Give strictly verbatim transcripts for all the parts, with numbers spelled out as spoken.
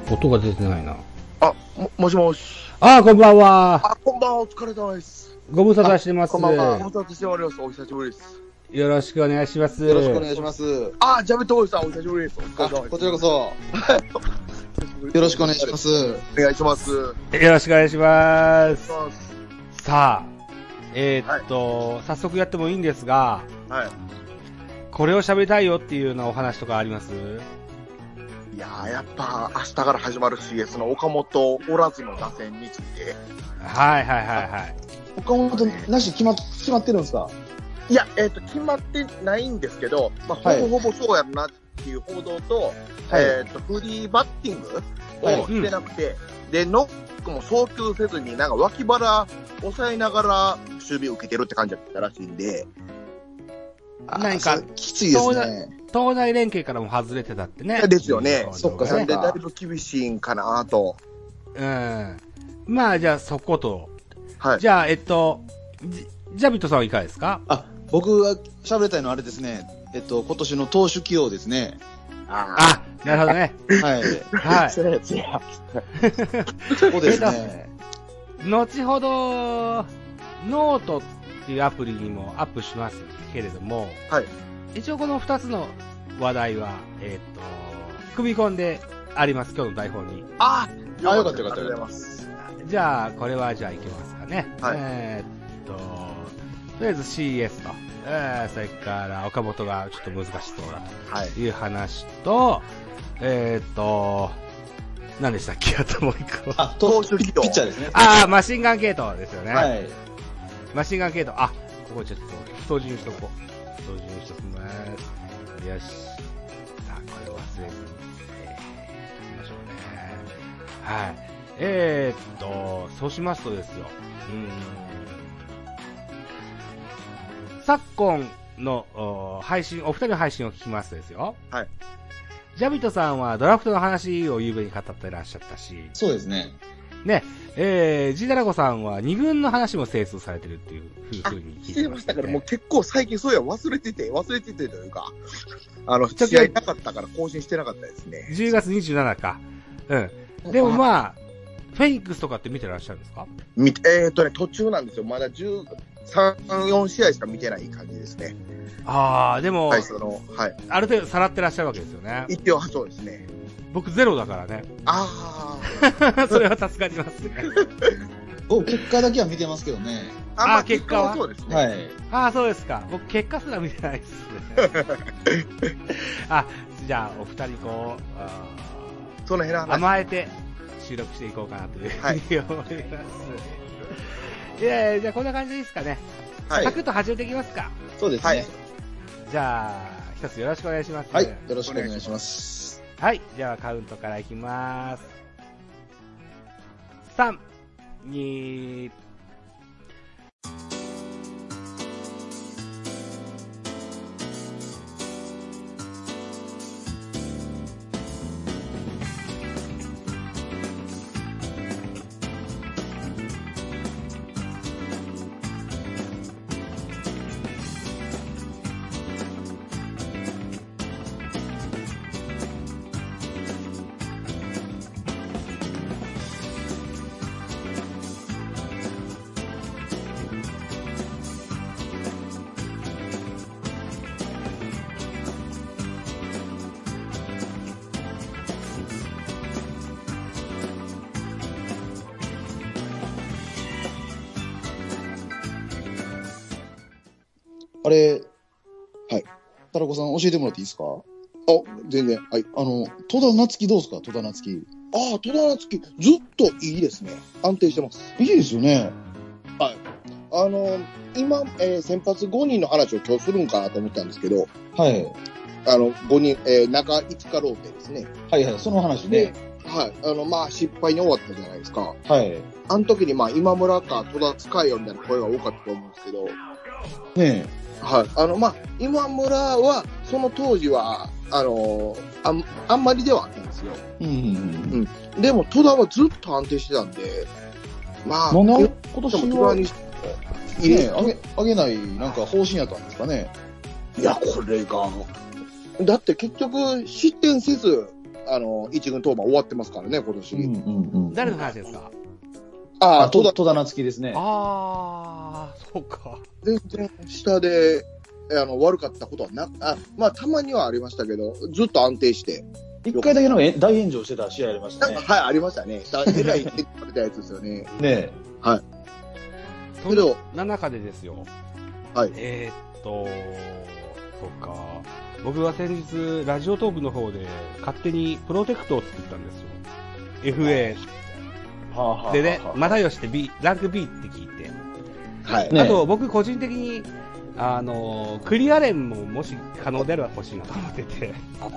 音が出てないな。 あ、も、もしもし。 あー、こんばんは。 あ、こんばんは、お疲れ様です。 ご無沙汰してます。 こんばんは、ご無沙汰しております。お久しぶりです。 よろしくお願いします。 よろしくお願いします。 あ、ジャビットボーイさん、お久しぶりです。お疲れ様です。 こちらこそ。よろしくお願いします。 お願いします。よろしくお願いします。 ますさあ、えー、っと、はい、早速やってもいいんですが、 はい。 これを喋りたいよっていうようなお話とかあります？ いやー、やっぱ明日から始まる シーエス の岡本おらずの打線について。 はいはいはいはい。 岡本なし決ま決まってるんですか？ いや、えっ、ー、と決まってないんですけど、まあ、ほぼほぼそうやるなっていう報道と、はい、えっ、ー、とフリーバッティングをしてなくて、はいうん、でノックも送球せずになんか脇腹抑えながら守備を受けてるって感じだったらしいんで。 何かきついですね。 東大連携からも外れてたってね。 ですよね。 そっか、 なんでだいぶ厳しいんかなと。 うん。まあじゃあそこと。 はい。 じゃあえっとジジャビットさんはいかがですか？ あ、僕が喋りたいのはあれですね。えっと今年の投手起用ですね。 ああ、なるほどね。 はい。 はい。 そこですね。 後ほどノートっていうアプリにもアップしますけれども、 はい、 一応このふたつの話題は、えっ、ー、と、組み込んであります、今日の台本に。 ああ、よかったよかった。ありがとうございます。 じゃあ、これはじゃあいけますかね。 はい、 えっ、ー、と、とりあえず シーエス と、えー、それから岡本がちょっと難しそうだという話と、はい、えっ、ー、と、何でしたっけあともう一個。 あ、投手ピッチャーですね。 ああ、マシンガン系統ですよね。 はい。 マシンガン系統、あ、ここちょっと、操縦しとこう。操縦しときます。よし。さあ、これを忘れずに、えー、いきましょうね。はい。えーっと、そうしますとですよ。うーん。昨今の配信、お二人の配信を聞きますとですよ。 はい。 ジャビットさんはドラフトの話を夕べに語っていらっしゃったし。 そうですね。 ね、えー、ジダラゴさんはに軍の話も精通されてるっていうふうに聞いてましたね。 してましたから、もう結構最近そういや忘れてて、忘れててというか、あの、試合なかったから更新してなかったですね。 じゅうがつにじゅうしちにちか。うん。でもまあ、フェニックスとかって見てらっしゃるんですか？ みえーっとね、途中なんですよ。まだじゅうさん、よん試合しか見てない感じですね。 ああ、でも、 はい、その、はい。 ある程度さらってらっしゃるわけですよね。 一応、そうですね。 僕ゼロだからね。 ああ。それは助かりますね。 お、結果だけは見てますけどね。 あ、まあ、結果はそうですね。 はい。 ああ、そうですか。僕、結果すら見てないですね。あ、じゃあ、お二人こう、あその辺の話。 甘えて収録していこうかなというふうに思います。はい、いやいや、じゃあこんな感じでいいですかね。はい。サクッと始めていきますか。 そうですね。はい、 じゃあ、一つよろしくお願いします。 はい、よろしくお願いします。 はい、じゃあカウントからいきます。さん、に、 あれ、はい。タラコさん教えてもらっていいですか？あ、 全然。はい。 あの、戸田夏樹どうですか？戸田夏樹。 ああ、戸田夏樹、ずっといいですね。安定してます。 いいですよね。 はい。あの、今、えー、先発ごにんの話を今日するんかなと思ったんですけど、 はい。 あの、ごにん、えー、中いちかローテですね。 はいはい、その話ね。 はい。あの、まあ、失敗に終わったじゃないですか。 はい。 あの時に、まあ、今村か戸田使えよみたいな声が多かったと思うんですけど、 ねえ。 はい。あの、まあ、今村は、その当時は、あのー、あん、あんまりではあったんですよ。 うんうんうん。 うん。でも、戸田はずっと安定してたんで、まあ、 今年は、 にね、あげ、あげない、なんか方針やったんですかね。 いや、これが、だって結局、失点せず、 あの、一軍登板終わってますからね、今年。うんうんうん、誰の話ですか？ ああ、戸田、戸田夏樹ですね。 ああ、そうか。 全然下で、あの、悪かったことはな、あ、まあ、たまにはありましたけど、ずっと安定して。 一回だけの大炎上してた試合ありましたね。 はい、ありましたね。えらい出てたやつですよね。 ねえ。 はい。 けど、な中でですよ。 はい。 えー、っと、そうか。僕は先日、ラジオトークの方で、勝手にプロテクトを作ったんですよ。エフエー。はあはあ、でね、又吉って B、ランク ビー って聞いて。 はい。 あと、僕個人的に、あの、クリアレンももし可能であれば欲しいなと思ってて。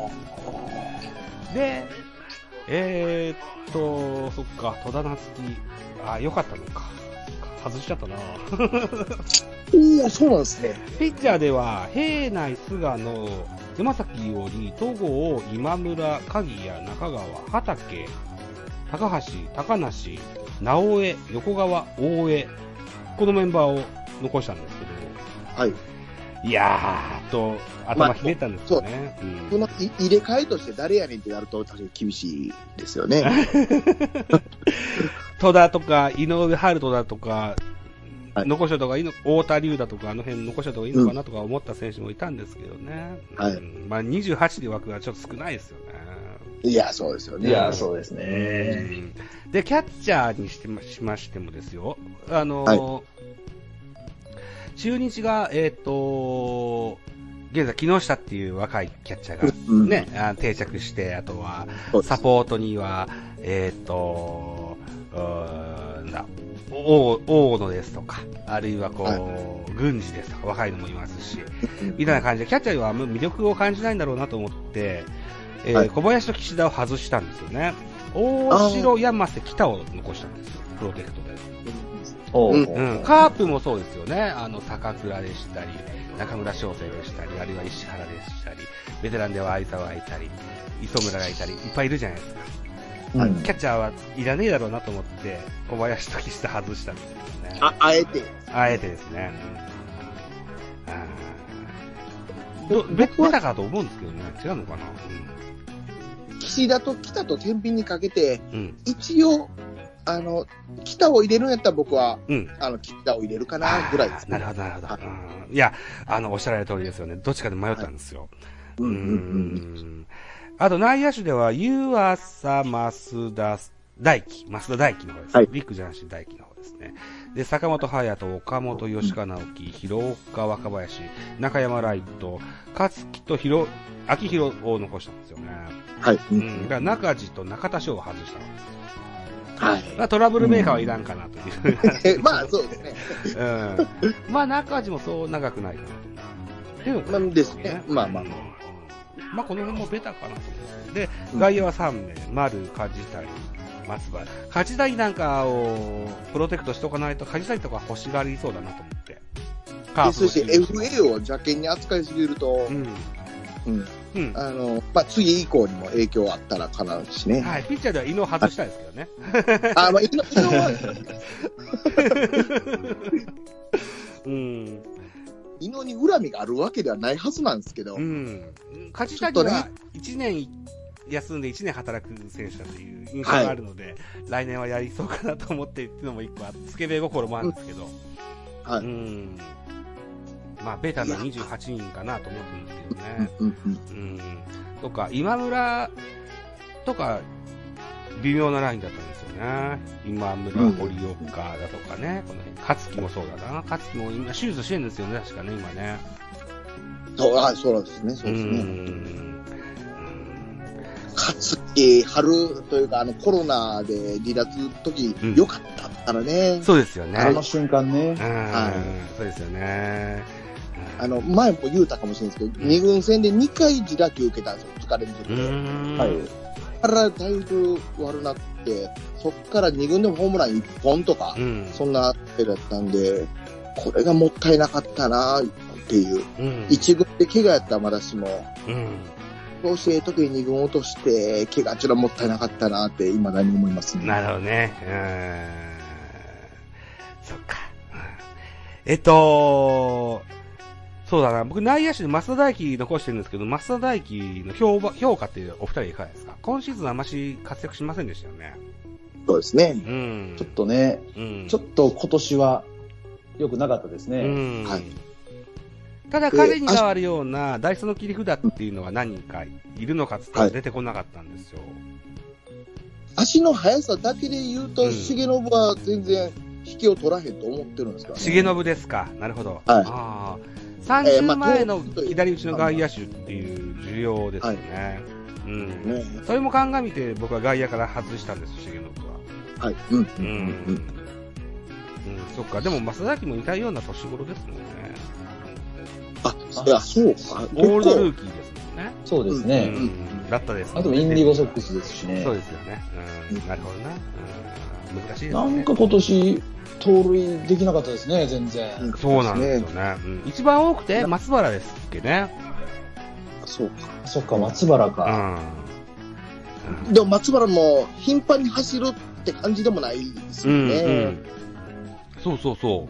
で、えー、っと、そっか、戸田夏樹、あ、よかったのか。外しちゃったなおー、そうなんですね。 ピッチャーでは、平内、菅野、山崎伊織、戸郷、今村、鍵谷、中川、畠、高橋、高梨、直江、横川、大江、このメンバーを残したんですけど、 はい。 いやーと、頭ひねったんですよね。 まあ、うん、その入れ替えとして誰やねんってなると確かに厳しいですよね。 戸田とか、井上春人だとか、 はい、 残したとかいいの、太田龍だとか、あの辺残したとかいいのかなとか思った選手もいたんですけどね。 はい。 うん、まあにじゅうはちで枠がちょっと少ないですよね。 いや、そうですよね。 いや、そうですね。 うん、で、キャッチャーにしてましましてもですよ、あの、はい、中日が、えっ、ー、と、現在、木下っていう若いキャッチャーがね、うん、あ定着して、あとは、サポートには、えっ、ー、と、なんだ、大, 大野ですとか、あるいはこう、はい、郡司ですとか、若いのもいますし、みたいな感じで、キャッチャーには魅力を感じないんだろうなと思って、えーはい、小林と岸田を外したんですよね。大城、山瀬、北を残したんですよ、プロテクトで。うんうん、カープもそうですよね。あの、坂倉でしたり、中村翔成でしたり、あるいは石原でしたり、ベテランでは相沢がいたり、磯村がいたり、いっぱいいるじゃないですか。うん、キャッチャーはいらねえだろうなと思って、小林と岸田外したんですよね。 あ、あえてあえてですね。うん、ど、ベタかと思うんですけどね。違うのかな、 うん、岸田と北と天秤にかけて、うん、一応、あの、北を入れるんやったら僕は、うん、あの、北を入れるかな、ぐらいです、 ね。なるほど、なるほど、うん。いや、あの、おっしゃられる通りですよね。どっちかで迷ったんですよ。はい、うんうんうん。あと、内野手では、湯浅、増田大輝、増田大輝の方ですね。はい、ビッグジャンシー大輝の方ですね。で、坂本勇人、岡本吉川直樹、広岡若林、中山ライト、勝木と広、秋広を残したんですよね。 はい。 うん。だから中地と中田翔を外したんですよ。 はい。 まあ、トラブルメーカーはいらんかなという。 うん、まあ、そうですね。 うん。まあ、中地もそう長くないかなと。でも、 まあ、ですね。まあまあ。 まあ、この辺もベタかなと思って。で、外野はさんめい、丸、梶谷、松原。梶谷なんかをプロテクトしとかないと、梶谷とか欲しがりそうだなと思って。 そして エフエー を邪険に扱いすぎると、うん。うんうん、あの、まあ、次以降にも影響あったらかなうしね。 はい、ピッチャーでは伊野を外したいですけどね。 あ、まあ、伊野、伊野は、 うん。 伊野に恨みがあるわけではないはずなんですけど。うん。 梶谷はいちねん休んでいちねん働く選手だという印象があるので、はい、来年はやりそうかなと思ってっていうのも一個あって、スケベ心もあるんですけど。うん、はい。うん。まあ、ベータのにじゅうはちにんかなと思ってるんですけどね。うん、うん。とか、今村とか、微妙なラインだったんですよね。今村、堀岡だとかね。この辺。勝木もそうだな。勝木も今、手術してるんですよね、確かね、今ね。 そう、あ、そうですね、そうですね。うん。勝木、春というか、あの、コロナで離脱の時、うん、良かったからね。 そうですよね。 あの瞬間ね。 うん。はい。そうですよね。 あの、前も言うたかもしれないですけど、うん、に軍戦でにかい自打球受けたんですよ、ふつか連続で。はい。そっからだいぶ悪なって、そっからに軍でもホームランいっぽんとか、うん、そんな手だったんで、これがもったいなかったなっていう。うん、いち軍で怪我やったらまだしも、うん、そうして時にに軍落として、怪我っていうのはもったいなかったなって、未だに思いますね。 なるほどね。うん。そっか。えっと、 そうだな。僕、内野手で増田大輝残してるんですけど、増田大輝の評判評価っていうお二人いかがですか？今シーズンあまし活躍しませんでしたよね。 そうですね。 うん。 ちょっとね、うん、ちょっと今年は良くなかったですね。うん。はい。 ただ彼に代わるようなダイソーの切り札っていうのは何人かいるのかつって出てこなかったんですよ。はい、 足の速さだけで言うと、うん、重信は全然引きを取らへんと思ってるんですか、ね、 重信ですか。なるほど。はい。ああ。さんじゅうまえの左打ちの外野手っていう需要ですよね。はい、うん、ね。それも鑑みて僕は外野から外したんです、重信は。 はい。うん。うん。 うん。うん、そっか。でも、増田大輝も似たような年頃ですもんね。 あ、いや、そうか。 オールドルーキーですもんね。 そうですね。 うん。だったです、ね。 あとインディゴソックスですしね。 そうですよね。うん。なるほどな。うん。難しいですね。 なんか今年、盗塁できなかったですね、全然。 そうなんですよね。うん、一番多くて松原ですっけね。 そうか。 そっか、松原か。 うん。でも松原も頻繁に走るって感じでもないですよね。うんうん、 そうそうそう。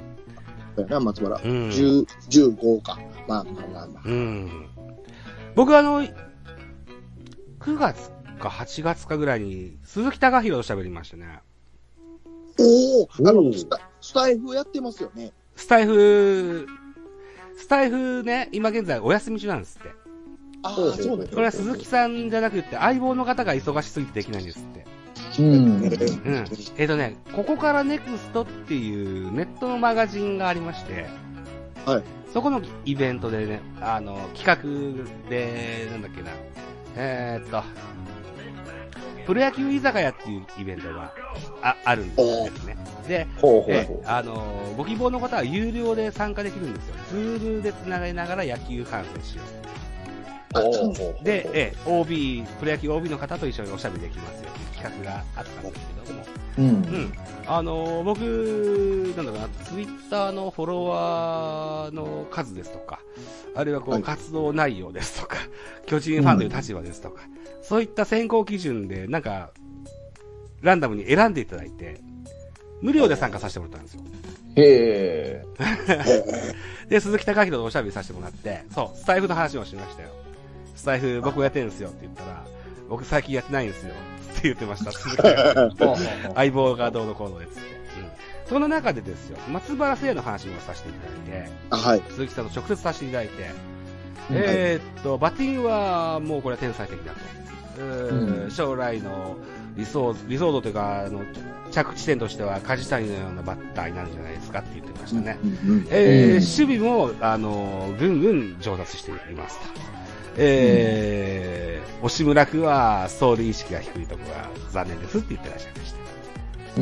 だな、松原。うん、じゅう、じゅうごか。まあまあまあまあ。うん。 僕あの、くがつかはちがつかぐらいに鈴木貴弘と喋りましたね。 おお、あのスタ、スタイフやってますよね。 スタイフ、スタイフね、今現在お休み中なんですって。 ああ、そうです。 これは鈴木さんじゃなくて、相棒の方が忙しすぎてできないんですって。 うん。うん。 えっ、ー、とね、ここからネクストっていうネットのマガジンがありまして、 はい。 そこのイベントでね、あの、企画で、なんだっけな、えー、っと、プロ野球居酒屋っていうイベントが あ, あるんですね。で、 ほうほうほうあの、ご希望の方は有料で参加できるんですよ。ツールで繋がりながら野球観戦しよう。で、え、オービー、プロ野球 オービー の方と一緒におしゃべりできますよっていう企画があったんですけども。うん。うん。あの、僕、なんだろうな、ツイッターのフォロワーの数ですとか、あるいはこう、はい、活動内容ですとか、巨人ファンという立場ですとか、うん、そういった選考基準で、なんか、ランダムに選んでいただいて、無料で参加させてもらったんですよ。 へー。で、鈴木貴弘とおしゃべりさせてもらって、そう、スタイフの話もしましたよ。スタイフ僕やってるんですよって言ったら、僕最近やってないんですよって言ってました。鈴木相棒がどうのこうのですって。うん。その中でですよ、松原聖の話もさせていただいて、 はい。 鈴木さんと直接させていただいて、えー、っと、バッティングはもうこれは天才的だと。うん、将来の理想、理想度というか、あの、着地点としては梶谷のようなバッターになるんじゃないですかって言ってましたね。えー、守備も、あの、ぐんぐん上達していますと。えー、うん、押村区は走塁意識が低いところが残念ですって言ってらっしゃいました。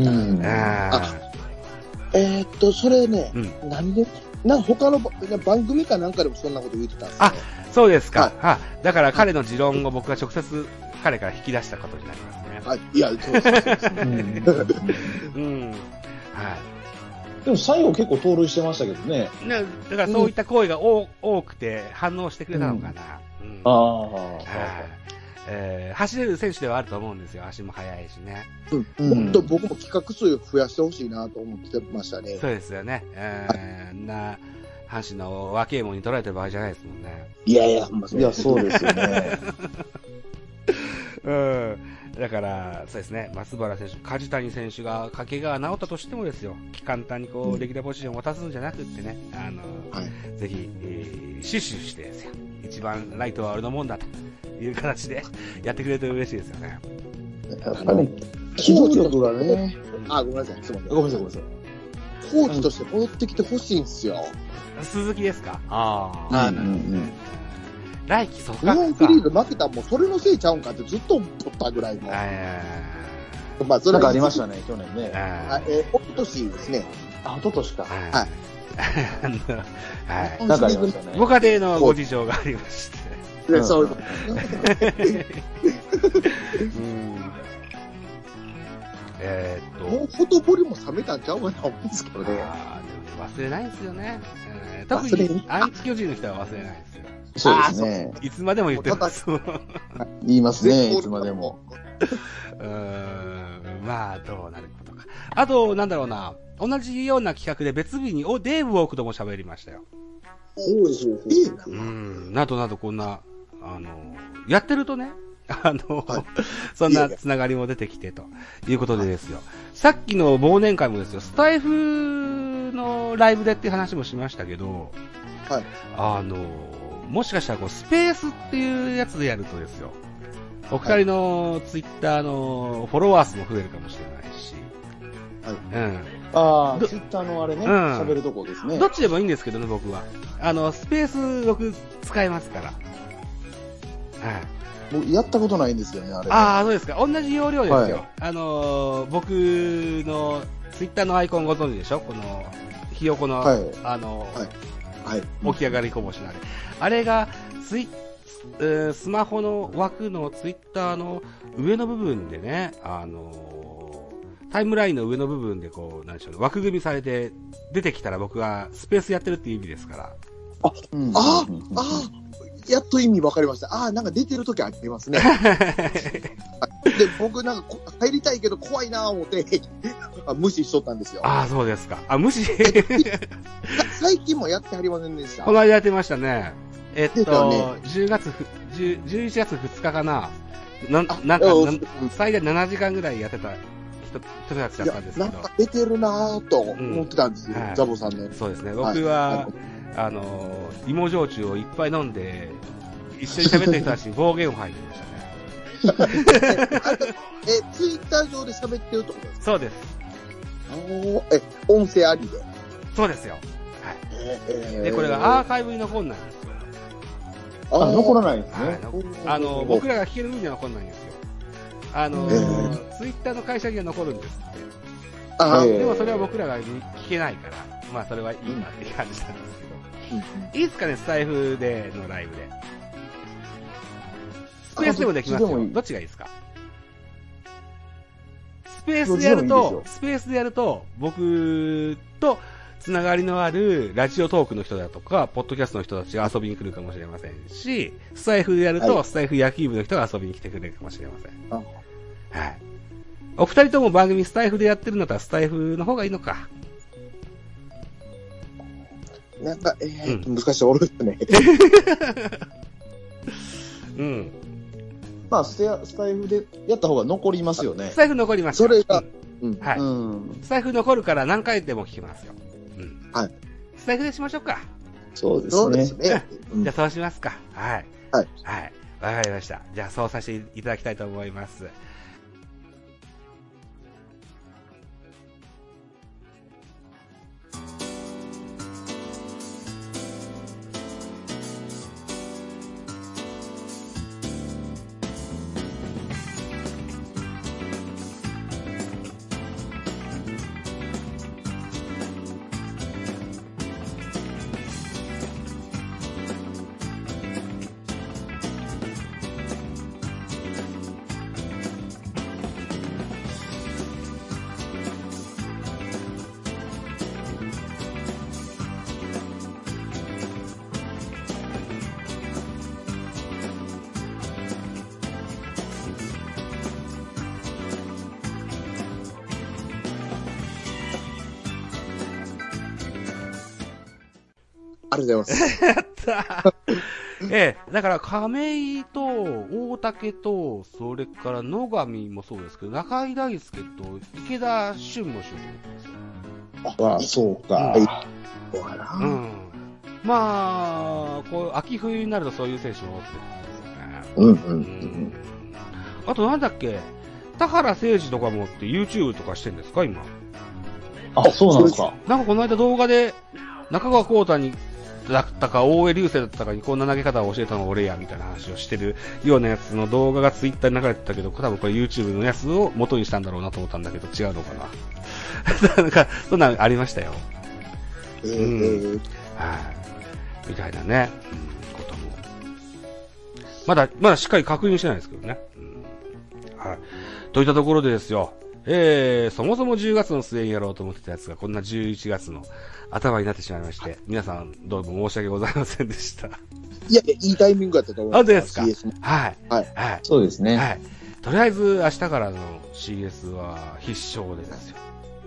うん。あえー、っと、それね、うん、何で、なんか他の番組かなんかでもそんなこと言ってたんですか、ね、 あ、そうですか。はい、だから彼の持論を僕が直接彼から引き出したことになりますね。 はい。いや、そうですね。 うん。はい。 でも最後結構盗塁してましたけどね。 ね、だからそういった行為が多くて反応してくれたのかな。うんうん、 ああ、はい。 えー、走れる選手ではあると思うんですよ。足も速いしね。 うん。もっと僕も企画数増やしてほしいなと思ってましたね。 そうですよね。えー、な、阪神の若いものに取られてる場合じゃないですもんね。 いやいや、ほんまそう。いや、そうですよね。 うん。だから、そうですね、松原選手、梶谷選手が掛けが治ったとしてもですよ、簡単にこう、レギュラーポジションを渡すんじゃなくってね、あの、はい、ぜひ、えー、死守してですよ、一番ライトは俺のもんだという形でやってくれると嬉しいですよね。 やっぱり、機動力がね、 あ、ごめんなさい、すみません。 ごめんなさい、ごめんなさい。 コーチとして戻ってきてほしいんですよ。 鈴木ですか？ああ。うんうんうん。 来季そっか。 日本シリーズ負けたらもうそれのせいちゃうんかってずっと思ったぐらいの。 まあ、それがありましたね、去年ね。 あ、えー、おととしですね。 あ、おととしか。 はい。 はい。 なんかありましたね。 ご家庭のご事情がありまして。 で、そういうことですね。 うん。えー、っと。 もうほとぼりも冷めたんちゃうかなと思うんですけどね。 あでも忘れないんですよね。えー、特にアンチ巨人の人は忘れないですよ。 そうですね。 いつまでも言ってます。 言いますね、いつまでも。 うーん、まあ、どうなることか。あと、なんだろうな、同じような企画で別日に、お、デーブ・ウォークとも喋りましたよ。 おお、いいな。 うん、などなどこんな、あの、やってるとね、あの、はい、そんなつながりも出てきてということでですよ。さっきの忘年会もですよ、スタイフのライブでっていう話もしましたけど、 はい。 あの、もしかしたらこうスペースっていうやつでやるとですよ、お二人のツイッターのフォロワー数も増えるかもしれないし、 はい。 うん。 ああ、ツイッターのあれね、喋、うん、るとこですね。 どっちでもいいんですけどね、僕は。あの、スペース僕使えますから。はい。 もうやったことないんですよね、あれ。 ああ、そうですか。同じ要領ですよ。はい、あのー、僕のツイッターのアイコンご存知でしょ？この、ひよこの、はい、あのー、はい。はい。起き上がりこぼしのあれ。あれが、ツイッ、スマホの枠のツイッターの上の部分でね、あのー、タイムラインの上の部分でこう、なんでしょうね、枠組みされて出てきたら僕はスペースやってるっていう意味ですから。 あ、うん、あ、あ、やっと意味分かりました。ああ、なんか出てるときありますね。で、僕なんか入りたいけど怖いなぁ思って無視しとったんですよ。 ああ、そうですか。あ、無視最近もやってはりませんでした。 この間やってましたね。えっと、ね、じゅうがつ、じゅういちがつふつかかな。な、なんか、最大ななじかんぐらいやってた人、人たちだったんですけど。 なんか出てるなぁと思ってたんですよ、うんはい、ザボさんね。 そうですね。僕は、はい、あの、芋焼酎をいっぱい飲んで、一緒に喋ってる人たちに暴言を吐いてましたね。 え、ツイッター上で喋ってるってことですか？ そうです。 え、音声ありで？ そうですよ。はい。えー、で、これがアーカイブに残んないんですよ。 あ、残らないですね。はい、 あの、僕らが聞ける分には残んないんですよ。あの、えー、ツイッターの会社には残るんですって。あでもそれは僕らが聞けないから、まあそれはいいなっていう感じなんですけど。うん、いいですかね、スタイフでのライブで。スペースでもできますよ。どっちがいいですか？スペースでやると、スペースでやると、僕とつながりのあるラジオトークの人だとか、ポッドキャストの人たちが遊びに来るかもしれませんし、スタイフでやると、はい、スタイフ野球部の人が遊びに来てくれるかもしれません。はい。お二人とも番組スタイフでやってるんだったら、スタイフの方がいいのか。 なんか、えー、うん、難しいおるよね。 うん。 まあステ、スタイフでやった方が残りますよね。 スタイフ残ります。 それが、 うん、はい、うん。スタイフ残るから何回でも聞きますよ。うん。はい。スタイフでしましょうか。 そうですね。すねじゃあそうしますか。はい。 はい。 はい。わかりました。じゃあそうさせていただきたいと思います。 ありがとうございます。 やったええ、だから亀井と大竹と、それから野上もそうですけど、中井大輔と池田俊もしようと思ってます。あ、そうか。 うん。そうかな。うん。まあ、こう、秋冬になるとそういう選手も多くてですよね。うんうん。うん、あとなんだっけ、田原誠二とかもって YouTube とかしてんですか、今。 あ、そうなんですか。 なんかこの間動画で、中川幸太に、だったか、大江流星だったかにこんな投げ方を教えたのが俺や、みたいな話をしてるようなやつの動画がツイッターに流れてたけど、多分これ YouTube のやつを元にしたんだろうなと思ったんだけど、違うのかな。なんか、そんなのありましたよ。 えー、うん。 はい。みたいなね、うん、ことも。まだ、まだしっかり確認してないですけどね。うん、はい。といったところでですよ、えー、そもそもじゅうがつの末にやろうと思ってたやつが、こんなじゅういちがつの頭になってしまいまして、皆さんどうも申し訳ございませんでした。 いや、いいタイミングだったと思います。 あ、ですか。はい。 はい。はい。そうですね。 はい。とりあえず明日からの シーエス は必勝でですよ。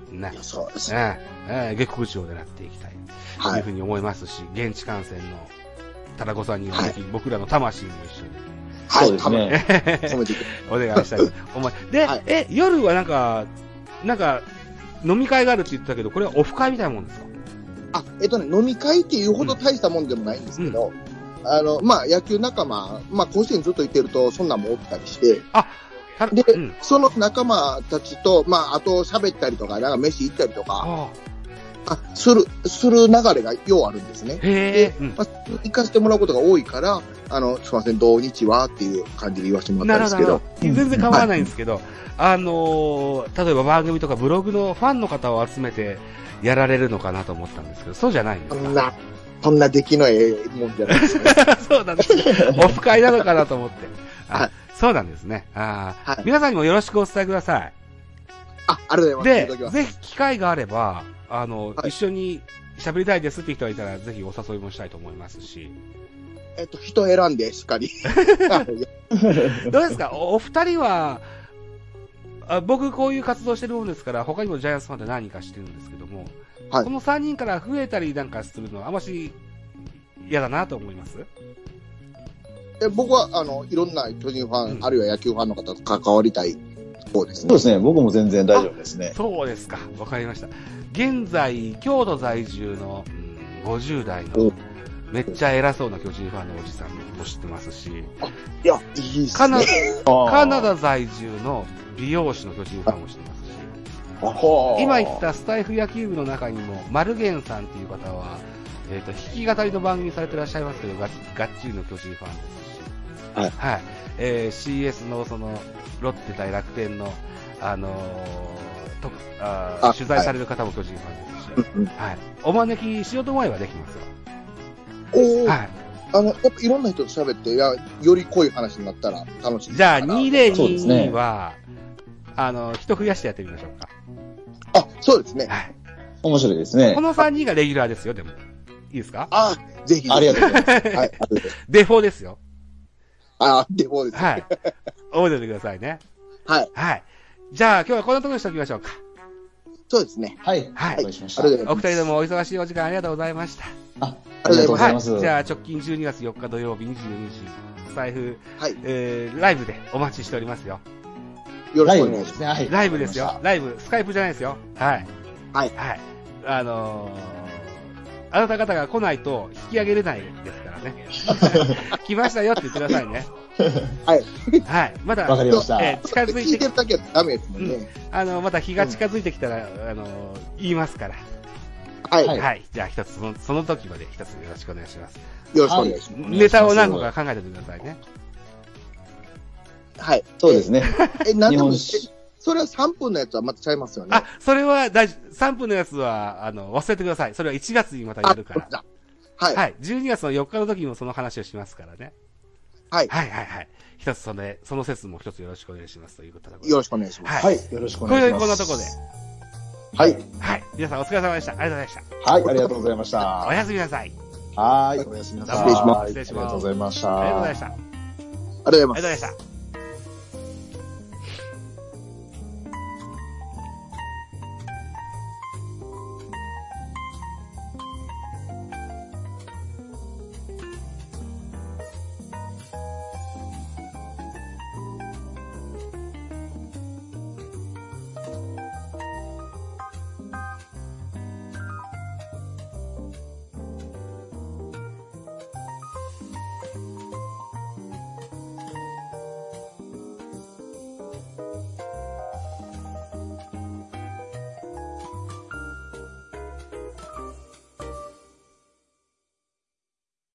ね。 そうです。 ええ、下克上を狙っていきたい。というふうに思いますし、現地観戦のタラコさんにはぜひ僕らの魂も一緒に。 はい、 そうですね。 褒めていく。 お願いしたいと思い。で、はい、え、夜はなんか、なんか、飲み会があるって言ってたけど、これはオフ会みたいなもんですか？ あ、えっとね、飲み会っていうほど大したもんでもないんですけど、うん、あの、まあ、野球仲間、まあ、甲子園ずっといてると、そんなんも起きたりして、 あ、 で、うん、その仲間たちと、まあ、あと喋ったりとか、なんか飯行ったりとか、ああする、する流れがようあるんですね。で、うん、まあ、行かせてもらうことが多いから、あの、すいません、土日はっていう感じで言わせてもらったんですけど。 全然構わないんですけど、はい、あのー、例えば番組とかブログのファンの方を集めてやられるのかなと思ったんですけど、そうじゃないんですか？ そんな、そんな出来のええもんじゃないですね。 そうなんですね。オフ会なのかなと思って。あ、はい、そうなんですね。あ、はい、皆さんにもよろしくお伝えください。 あ、ありがとうございます。 で、ぜひ機会があれば、あの、はい、一緒に喋りたいですって人がいたら、ぜひお誘いもしたいと思いますし。 えっと、人選んで、しっかり。 どうですか？ お, お二人はあ、僕こういう活動してるもんですから、他にもジャイアンツファンで何人かしてるんですけども、はい、このさんにんから増えたりなんかするのはあまし嫌だなと思います？ え僕は、あの、いろんな巨人ファン、うん、あるいは野球ファンの方と関わりたい方ですね。 そうですね。僕も全然大丈夫ですね。 そうですか。わかりました。現在、京都在住の、うん、ごじゅう代の、めっちゃ偉そうな巨人ファンのおじさんも知ってますし、 あ、いや、いいっすね。 カナカナダ在住の美容師の巨人ファンも知ってますし、今言ったスタイフ野球部の中にも、マルゲンさんっていう方は、えっと、弾き語りの番組されてらっしゃいますけど、ががっちりの巨人ファンですし、はい。はい。えー、シーエス のその、ロッテ対楽天の、あのー、とああ取材される方も巨人ファンですし、はい。はい、お招きしようと思えばできますよ。 おー。はい。あの、やっぱいろんな人と喋って、や、より濃い話になったら楽しい。 じゃあ、にせんにじゅうには、あの、人増やしてやってみましょうか。 あ、そうですね。はい。 面白いですね。 このさんにんがレギュラーですよ、でも。いいですか？ あ、ぜひ。 ありがとうございます。はい。 デフォですよ。 あ、デフォです。 はい。覚えておいてくださいね。 はい。 はい。じゃあ、今日はこんなところにしておきましょうか。 そうですね。 はい。 はい。 お願いしました。 お二人ともお忙しいお時間ありがとうございました。 あ、ありがとうございます。 はい、じゃあ、直近じゅうにがつよっか土曜日にじゅうにじ、スタイフ、はい、えー、ライブでお待ちしておりますよ。 よろしくお願いします。 はい。 ライブですよ。ライブ、スカイプじゃないですよ。はい。 はい。 はい。あのー、あなた方が来ないと引き上げれないですからね。来ましたよって言ってくださいね。 はい。 はい。まだ、 わかりました。 えー、近づいて。 聞いてるだけはダメですもんね。うん、 あの、また日が近づいてきたら、うん、あのー、言いますから。 はい。 はい。じゃあ一つ、その、その時まで一つよろしくお願いします。 よろしくお願いします。はい、 ネタを何個か考えておいてくださいね。 はい。 そうですね。 え、なんでも、それはさんぷんのやつはまたちゃいますよね。 あ、それは大丈夫。さんぷんのやつは、あの、忘れてください。それはいちがつにまたやるから。はい。はい。じゅうにがつのよっかの時にもその話をしますからね。はい。はいはいはい。一つその、その説も一つよろしくお願いしますということで。 よろしくお願いします。 はい。よろしくお願いします。 こんなところで。 はい。 はい。皆さんお疲れ様でした。ありがとうございました。 はい。ありがとうございました。 おやすみなさい。 はい。おやすみなさい。 失礼します。 失礼します。 ありがとうございました。 ありがとうございました。ありがとうございます。 ありがとうございました。